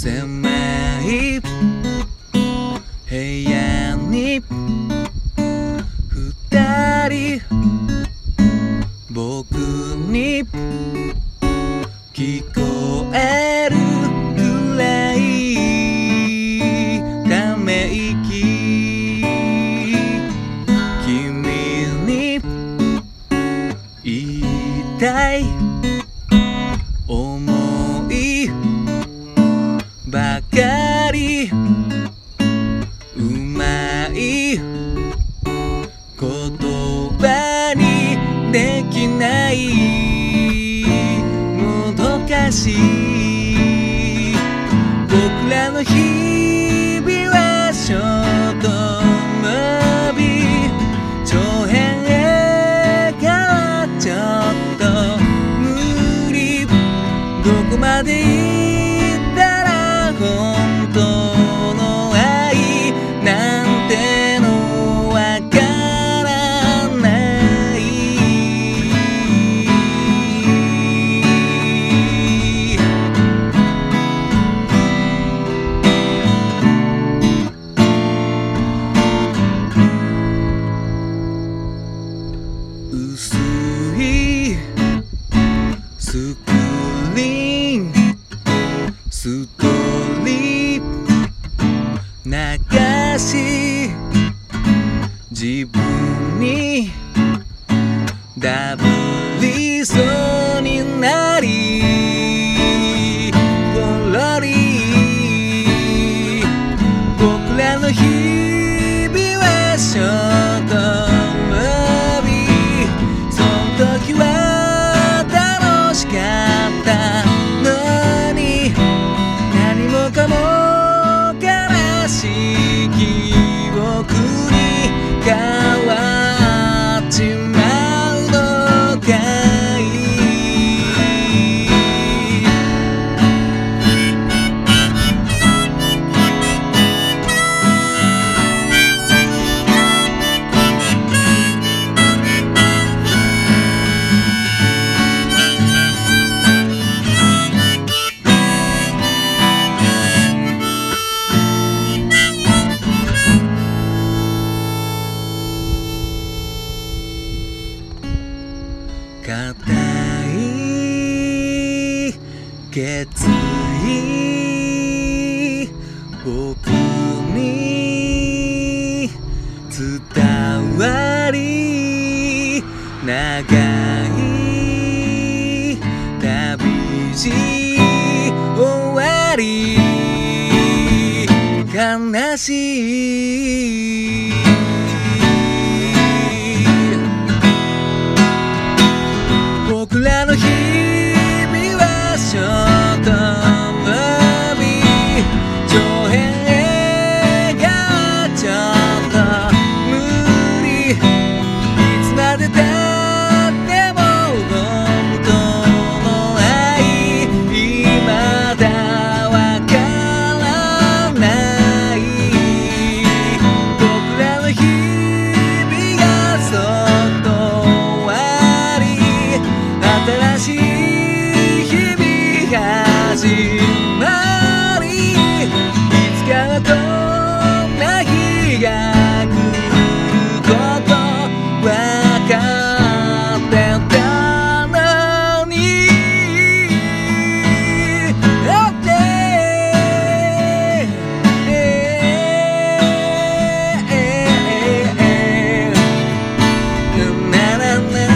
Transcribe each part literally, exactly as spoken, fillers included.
狭い部屋に二人僕に聞こえるくらいため息君に言いたい思いばかりうまい言葉にできないもどかしい僕らの日々はショートムービー長編映画はちょっと無理どこまで行ったら本当の愛なんてのわからない薄いスクリーンストーリー流し自分にダブりそうになりポロリ僕らの日々はショートムービーその時は楽しかったのに何もかも悲しい記憶に変わっちまうのかい固い決意僕に伝わり長い旅路終わり悲しい僕らの日々はショートムービー長編映画はちょっと無理いつまでたっても本当の愛未だわからない僕らの日々がそっと終わり新しい日々始まりいつかはこんな日が来ることわかってたのにだってならない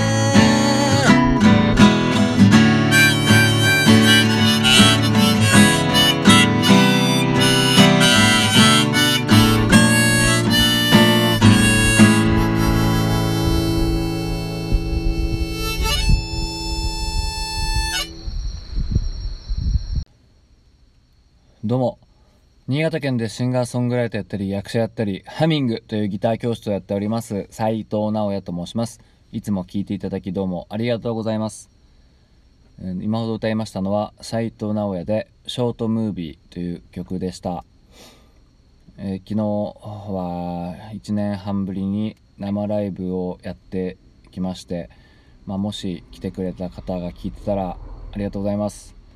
どうも、新潟県でシンガーソングライターやったり役者やったりハミングというギター教室をやっております斉藤直也と申します。いつも聴いていただきどうもありがとうございます。今ほど歌いましたのは斉藤直也でショートムービーという曲でした。えー、昨日はいちねんはんぶりに生ライブをやってきまして、まあ、もし来てくれた方が聞いてたらありがとうございます。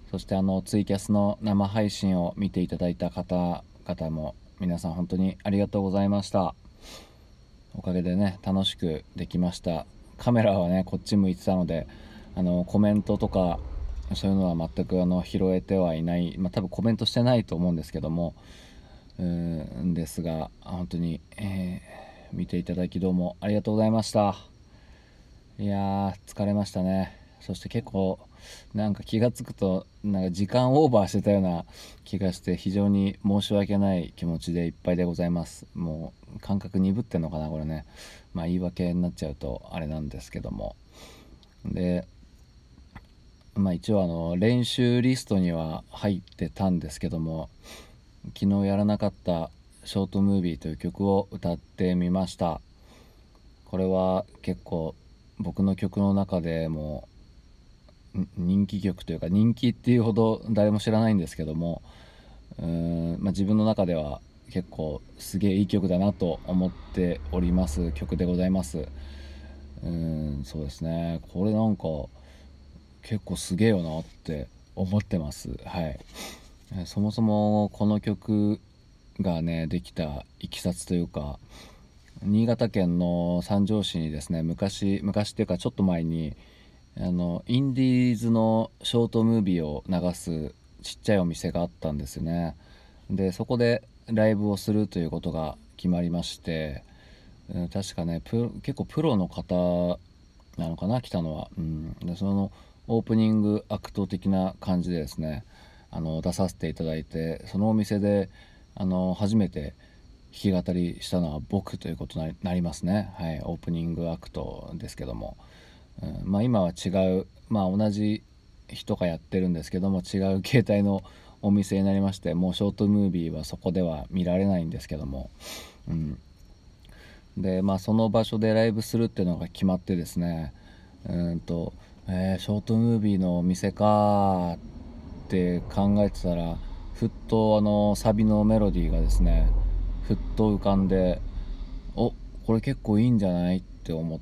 そしてあのツイキャスの生配信を見ていただいた方々も皆さん本当にありがとうございました。おかげでね楽しくできました。カメラはねこっち向いてたのであのコメントとかそういうのは全くあの拾えてはいない、まあ、多分コメントしてないと思うんですけども、うーんですが本当に、えー、見ていただきどうもありがとうございました。いやー疲れましたね。そして結構なんか気がつくとなんか時間オーバーしてたような気がして非常に申し訳ない気持ちでいっぱいでございます。もう感覚鈍ってんのかなこれね。まあ言い訳になっちゃうとあれなんですけども、でまあ一応あの練習リストには入ってたんですけども、昨日やらなかったショートムービーという曲を歌ってみました。これは結構僕の曲の中でも人気曲というか、人気っていうほど誰も知らないんですけども、うーん、まあ、自分の中では結構すげえいい曲だなと思っております曲でございます。うーんそうですね、これなんか結構すげえよなって思ってます。はい。そもそもこの曲がねできたいきさつというか、新潟県の三条市にですね、昔昔っていうかちょっと前にあのインディーズのショートムービーを流すちっちゃいお店があったんですよね。でそこでライブをするということが決まりまして、うん、確かねプ結構プロの方なのかな来たのは、うん、でそのオープニングアクト的な感じでですねあの出させていただいて、そのお店であの初めて弾き語りしたのは僕ということになりますね。はい、オープニングアクトですけども、うん、まあ今は違う、まあ同じ人がやってるんですけども違う形態のお店になりまして、もうショートムービーはそこでは見られないんですけども、うん、でまあその場所でライブするっていうのが決まってですね、うんと、えー、ショートムービーのお店かって考えてたら、ふっとあのサビのメロディーがですねふっと浮かんで、おこれ結構いいんじゃないって思って、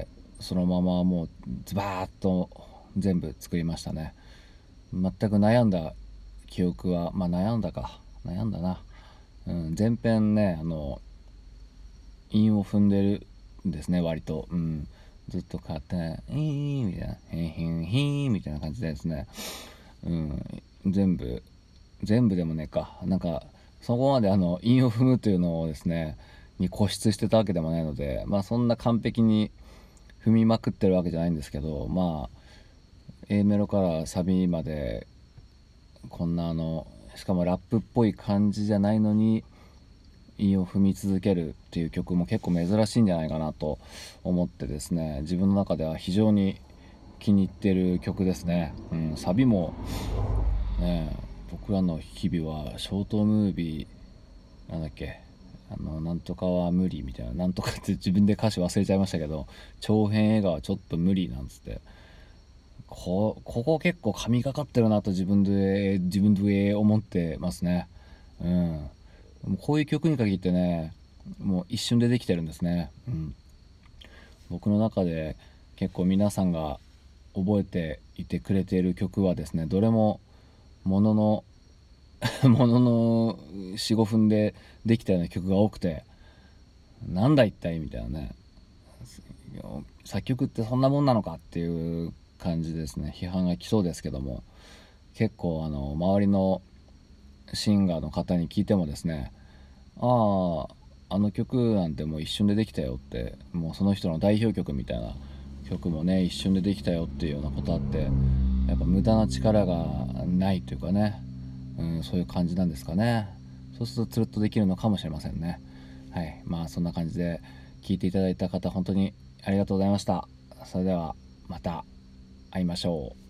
そのままもうズバーッと全部作りましたね。全く悩んだ記憶は、まあ悩んだか悩んだな、うん、前編ねあの韻を踏んでるんですね割と、うん、ずっとこうやってね「イーン」みたいな「ヒンヒンヒーン」みたいな感じでですね、うん、全部全部でもねえか、なんかそこまであの韻を踏むというのをですねに固執してたわけでもないので、まあそんな完璧に踏みまくってるわけじゃないんですけど、まあ A メロからサビまでこんなあのしかもラップっぽい感じじゃないのに韻を踏み続けるっていう曲も結構珍しいんじゃないかなと思ってですね、自分の中では非常に気に入ってる曲ですね。うん、サビもね、僕らの日々はショートムービーなんだっけ、あのなんとかは無理みたいな、なんとかって自分で歌詞忘れちゃいましたけど、長編映画はちょっと無理なんつって、こここ結構神がかってるなと自分で自分で思ってますね。うん、もうこういう曲に限ってねもう一瞬でできてるんですね。うん、僕の中で結構皆さんが覚えていてくれている曲はですね、どれももののもののよん、ごふんでできたような曲が多くて、なんだ一体みたいなね、作曲ってそんなもんなのかっていう感じですね。批判が来そうですけども、結構あの周りのシンガーの方に聞いてもですね、あああの曲なんてもう一瞬でできたよって、もうその人の代表曲みたいな曲もね一瞬でできたよっていうようなことあって、やっぱ無駄な力がないというかね、うん、そういう感じなんですかね。そうするとつるっとできるのかもしれませんね。はい、まあそんな感じで聞いていただいた方本当にありがとうございました。それではまた会いましょう。